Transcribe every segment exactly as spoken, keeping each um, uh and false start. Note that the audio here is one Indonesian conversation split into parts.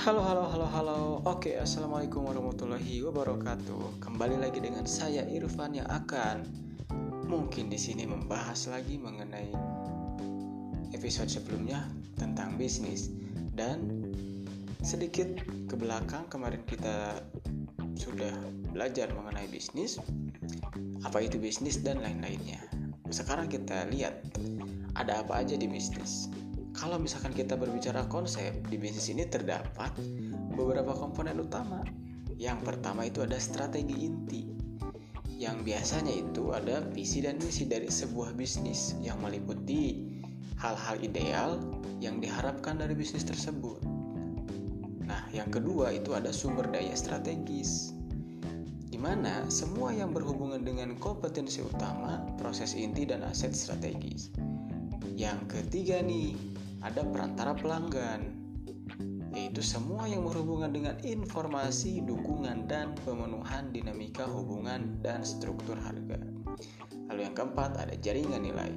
Halo, halo, halo, halo. Oke, assalamualaikum warahmatullahi wabarakatuh. Kembali lagi dengan saya Irfan yang akan mungkin di sini membahas lagi mengenai episode sebelumnya tentang bisnis. Dan sedikit ke belakang, kemarin kita sudah belajar mengenai bisnis, apa itu bisnis dan lain-lainnya. Sekarang kita lihat ada apa aja di bisnis. Kalau misalkan kita berbicara konsep, di bisnis ini terdapat beberapa komponen utama. Yang pertama itu ada strategi inti, yang biasanya itu ada visi dan misi dari sebuah bisnis yang meliputi hal-hal ideal yang diharapkan dari bisnis tersebut. Nah, yang kedua itu ada sumber daya strategis, di mana semua yang berhubungan dengan kompetensi utama, proses inti, dan aset strategis. Yang ketiga nih, ada perantara pelanggan, yaitu semua yang berhubungan dengan informasi, dukungan, dan pemenuhan dinamika hubungan dan struktur harga. Lalu yang keempat ada jaringan nilai,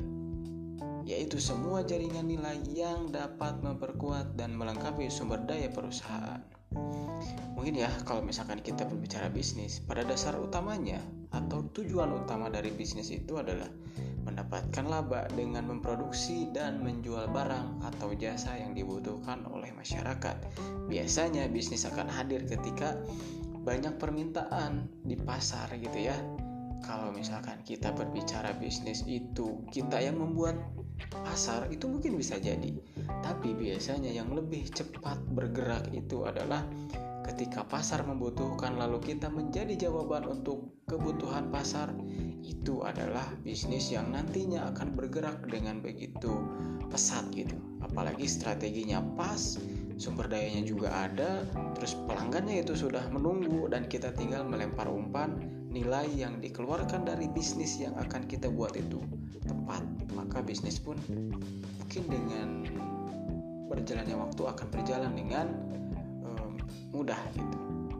yaitu semua jaringan nilai yang dapat memperkuat dan melengkapi sumber daya perusahaan. Mungkin ya, kalau misalkan kita berbicara bisnis, pada dasar utamanya atau tujuan utama dari bisnis itu adalah mendapatkan laba dengan memproduksi dan menjual barang atau jasa yang dibutuhkan oleh masyarakat. Biasanya bisnis akan hadir ketika banyak permintaan di pasar gitu ya. Kalau misalkan kita berbicara bisnis itu kita yang membuat pasar, itu mungkin bisa jadi. Tapi biasanya yang lebih cepat bergerak itu adalah ketika pasar membutuhkan, lalu kita menjadi jawaban untuk kebutuhan pasar. Itu adalah bisnis yang nantinya akan bergerak dengan begitu pesat gitu. Apalagi strateginya pas, sumber dayanya juga ada, terus pelanggannya itu sudah menunggu, dan kita tinggal melempar umpan. Nilai yang dikeluarkan dari bisnis yang akan kita buat itu tepat, maka bisnis pun mungkin dengan berjalannya waktu akan berjalan dengan um, mudah gitu.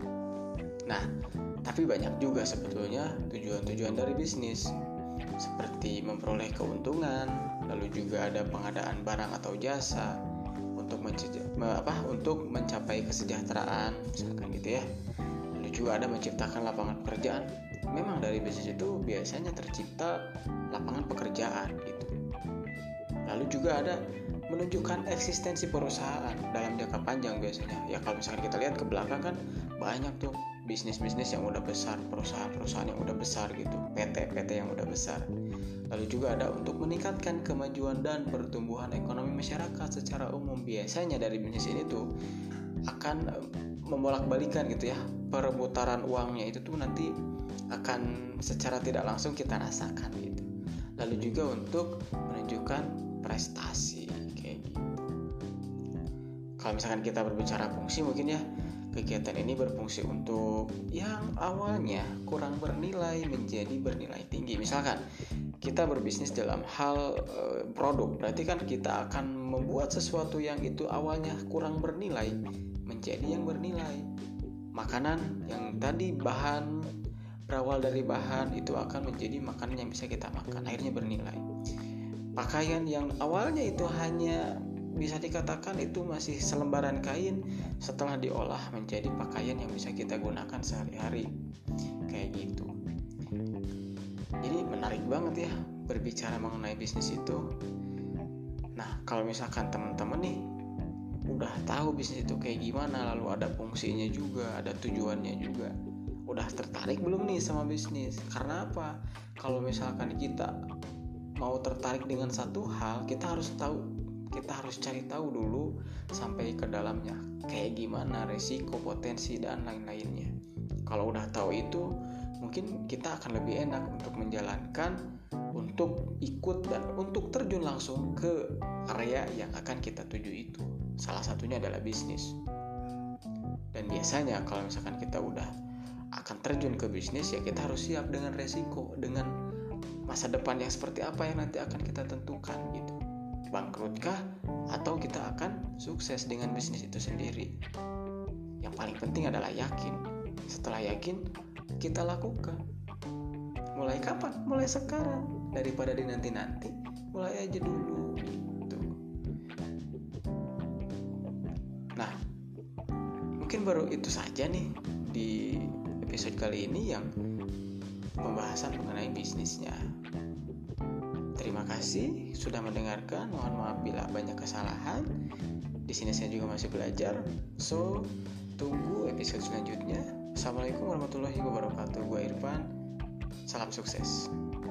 Nah, tapi banyak juga sebetulnya tujuan-tujuan dari bisnis, seperti memperoleh keuntungan, lalu juga ada pengadaan barang atau jasa untuk mencapai, apa, untuk mencapai kesejahteraan, misalkan gitu ya. Lalu juga ada menciptakan lapangan pekerjaan. Memang dari bisnis itu biasanya tercipta lapangan pekerjaan gitu. Lalu juga ada menunjukkan eksistensi perusahaan dalam jangka panjang biasanya. Ya kalau misalkan kita lihat ke belakang kan banyak tuh bisnis-bisnis yang udah besar, perusahaan-perusahaan yang udah besar gitu, P T-P T yang udah besar. Lalu juga ada untuk meningkatkan kemajuan dan pertumbuhan ekonomi masyarakat secara umum. Biasanya dari bisnis ini tuh akan membolak-balikan gitu ya, perputaran uangnya itu tuh nanti akan secara tidak langsung kita rasakan gitu. Lalu juga untuk menunjukkan prestasi kayak gitu. Kalau misalkan kita berbicara fungsi, mungkin ya kegiatan ini berfungsi untuk yang awalnya kurang bernilai menjadi bernilai tinggi. Misalkan kita berbisnis dalam hal e, produk, berarti kan kita akan membuat sesuatu yang itu awalnya kurang bernilai menjadi yang bernilai. Makanan yang tadi bahan berawal dari bahan itu akan menjadi makanan yang bisa kita makan, akhirnya bernilai. Pakaian yang awalnya itu hanya bisa dikatakan itu masih selembaran kain, setelah diolah menjadi pakaian yang bisa kita gunakan sehari-hari kayak gitu. Jadi menarik banget ya berbicara mengenai bisnis itu. Nah, kalau misalkan teman-teman nih udah tahu bisnis itu kayak gimana, lalu ada fungsinya juga, ada tujuannya juga, udah tertarik belum nih sama bisnis? Karena apa? Kalau misalkan kita mau tertarik dengan satu hal, kita harus tahu, kita harus cari tahu dulu sampai ke dalamnya kayak gimana, resiko, potensi, dan lain-lainnya. Kalau udah tahu itu, mungkin kita akan lebih enak untuk menjalankan, untuk ikut, dan untuk terjun langsung ke area yang akan kita tuju itu. Salah satunya adalah bisnis. Dan biasanya kalau misalkan kita udah akan terjun ke bisnis, ya kita harus siap dengan resiko, dengan masa depan yang seperti apa yang nanti akan kita tentukan gitu. Bangkrutkah atau kita akan sukses dengan bisnis itu sendiri? Yang paling penting adalah yakin. Setelah yakin, kita lakukan. Mulai kapan? Mulai sekarang. Daripada di nanti-nanti, mulai aja dulu gitu. Nah, mungkin baru itu saja nih di episode kali ini yang pembahasan mengenai bisnisnya. Terima kasih sudah mendengarkan. Mohon maaf bila banyak kesalahan. Di sini saya juga masih belajar. So, tunggu episode selanjutnya. Assalamualaikum warahmatullahi wabarakatuh. Gue Irfan. Salam sukses.